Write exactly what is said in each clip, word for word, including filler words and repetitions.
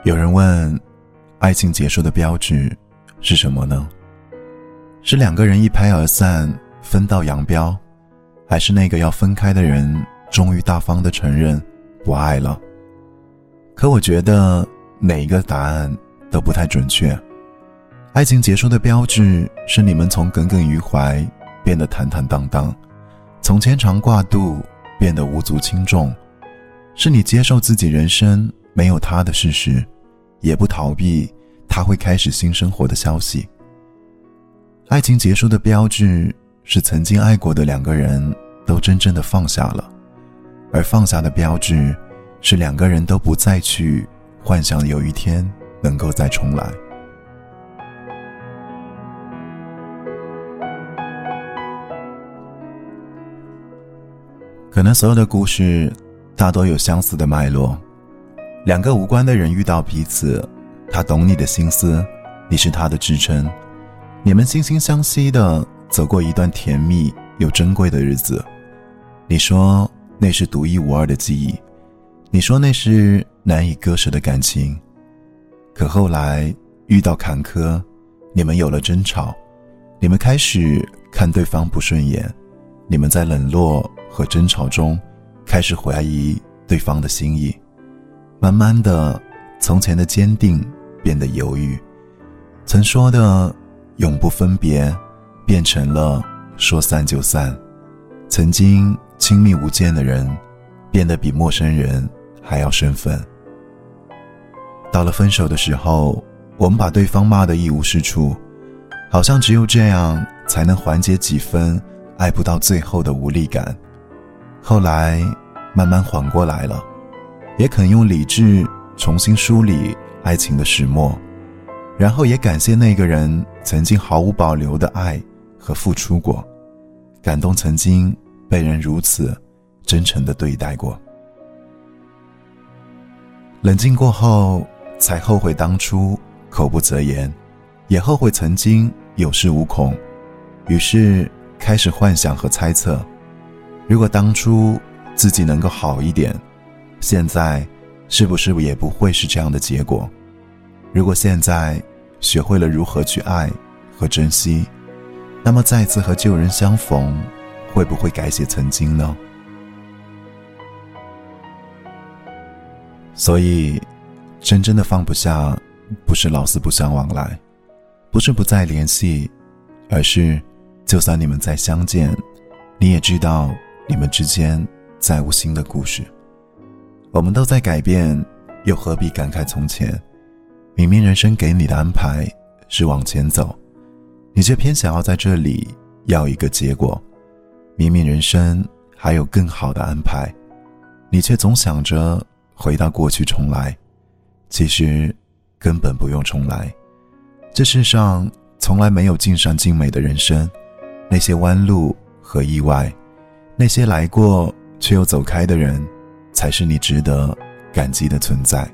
有人问，爱情结束的标志是什么呢？是两个人一拍而散，分道扬镳，还是那个要分开的人终于大方地承认不爱了？可我觉得哪一个答案都不太准确。爱情结束的标志是你们从耿耿于怀变得坦坦荡荡，从牵肠挂肚变得无足轻重，是你接受自己人生没有他的事实，也不逃避他会开始新生活的消息。爱情结束的标志是曾经爱过的两个人都真正的放下了，而放下的标志是两个人都不再去幻想有一天能够再重来。可能所有的故事大多有相似的脉络，两个无关的人遇到彼此，他懂你的心思，你是他的支撑，你们惺惺相惜地走过一段甜蜜又珍贵的日子。你说那是独一无二的记忆，你说那是难以割舍的感情。可后来遇到坎坷，你们有了争吵，你们开始看对方不顺眼，你们在冷落和争吵中开始怀疑对方的心意，慢慢的，从前的坚定变得犹豫，曾说的永不分别变成了说散就散，曾经亲密无间的人变得比陌生人还要生分。到了分手的时候，我们把对方骂得一无是处，好像只有这样才能缓解几分爱不到最后的无力感。后来慢慢缓过来了，也肯用理智重新梳理爱情的始末，然后也感谢那个人曾经毫无保留的爱和付出过，感动曾经被人如此真诚地对待过。冷静过后，才后悔当初口不择言，也后悔曾经有恃无恐，于是开始幻想和猜测，如果当初自己能够好一点，现在是不是也不会是这样的结果？如果现在学会了如何去爱和珍惜，那么再次和旧人相逢，会不会改写曾经呢？所以真正的放不下，不是老死不相往来，不是不再联系，而是就算你们再相见，你也知道你们之间再无新的故事。我们都在改变，又何必感慨从前？明明人生给你的安排是往前走，你却偏想要在这里要一个结果。明明人生还有更好的安排，你却总想着回到过去重来。其实根本不用重来，这世上从来没有尽善尽美的人生，那些弯路和意外，那些来过却又走开的人，才是你值得感激的存在。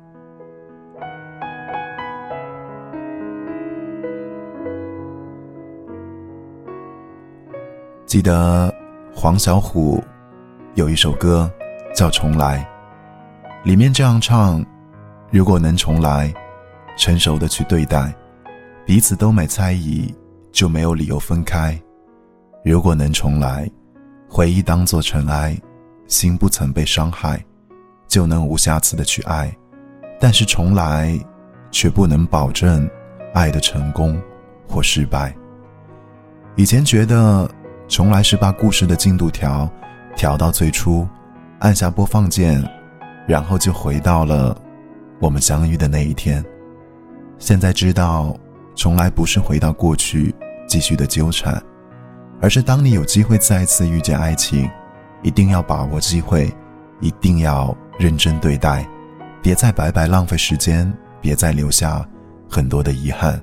记得黄小琥有一首歌叫《重来》，里面这样唱：如果能重来，成熟的去对待，彼此都没猜疑，就没有理由分开。如果能重来，回忆当作尘埃，心不曾被伤害，就能无瑕疵的去爱。但是重来，却不能保证爱的成功或失败。以前觉得重来是把故事的进度条调到最初，按下播放键，然后就回到了我们相遇的那一天。现在知道，重来不是回到过去继续的纠缠，而是当你有机会再次遇见爱情，一定要把握机会，一定要认真对待，别再白白浪费时间，别再留下很多的遗憾。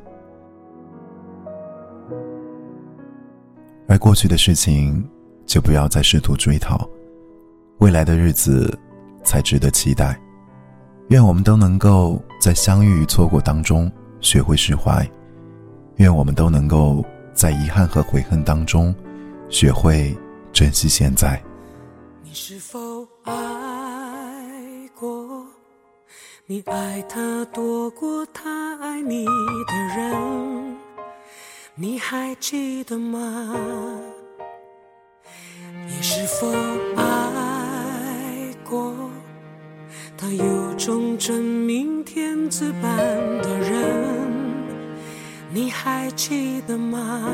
而过去的事情就不要再试图追讨，未来的日子才值得期待。愿我们都能够在相遇与错过当中学会释怀，愿我们都能够在遗憾和悔恨当中学会珍惜现在。 你是否爱过你爱他多过他爱你的人，你还记得吗？你是否爱过他有种真命天子般的人，你还记得吗？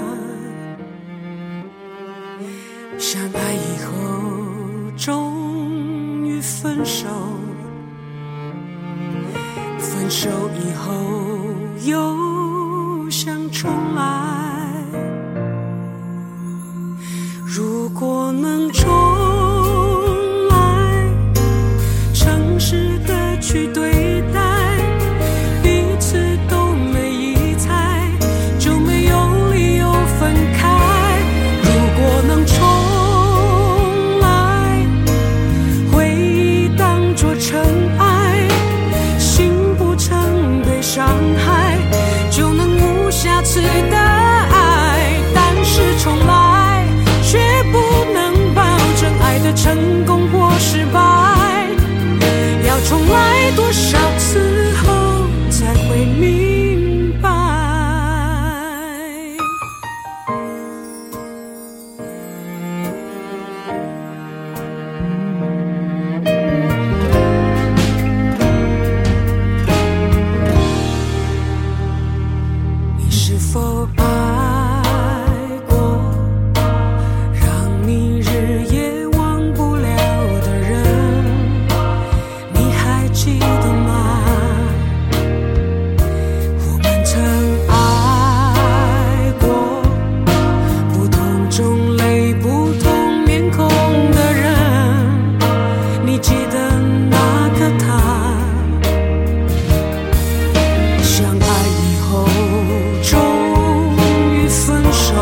相爱以后终于分手，分手以后又想重来，如果能重来，诚实的去对待，彼此都没疑猜，就没有理由分开。如果能重来，回忆当作尘埃，心不曾被伤害，就能无瑕疵的爱。但是重来却不能保证爱的成功或失败，要重来多少次后才会明白。你是否爱过让你日夜忘不了的人，你还记得吗？我们曾爱过不同种类不同面孔的人，你记得那个他？相爱以后终于分手，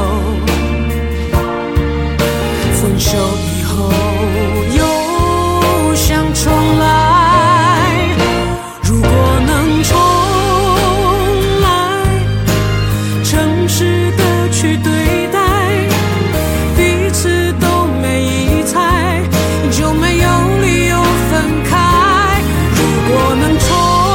分手以后又想重来，如果能重来，诚实的去对待，彼此都没疑猜，就没有理由分开。如果能重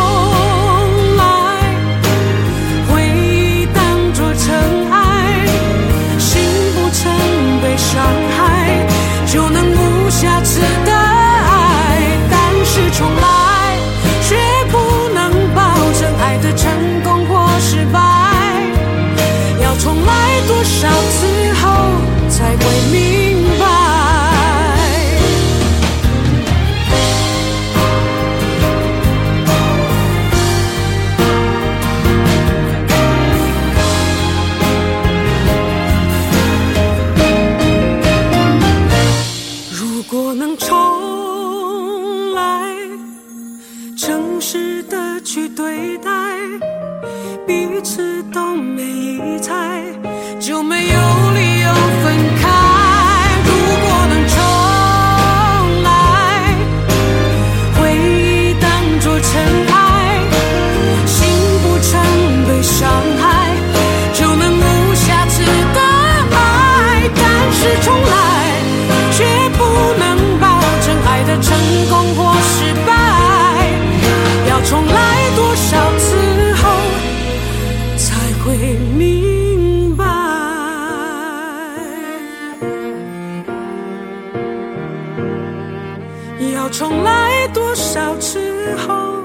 来，回忆当作尘埃，心不曾被伤害，就能无瑕疵的爱。但是重来却不能保证爱的成功或失败，要重来多少次后才会明白。如果能重来，诚实的去对待，彼此都没疑猜，就没有理由分开。如果能重来，回忆当作尘埃，心不曾被伤害，就能无瑕疵的爱。但是重来却不能保证爱的成功或失败，要重来多少次后才会明白。要重来多少次后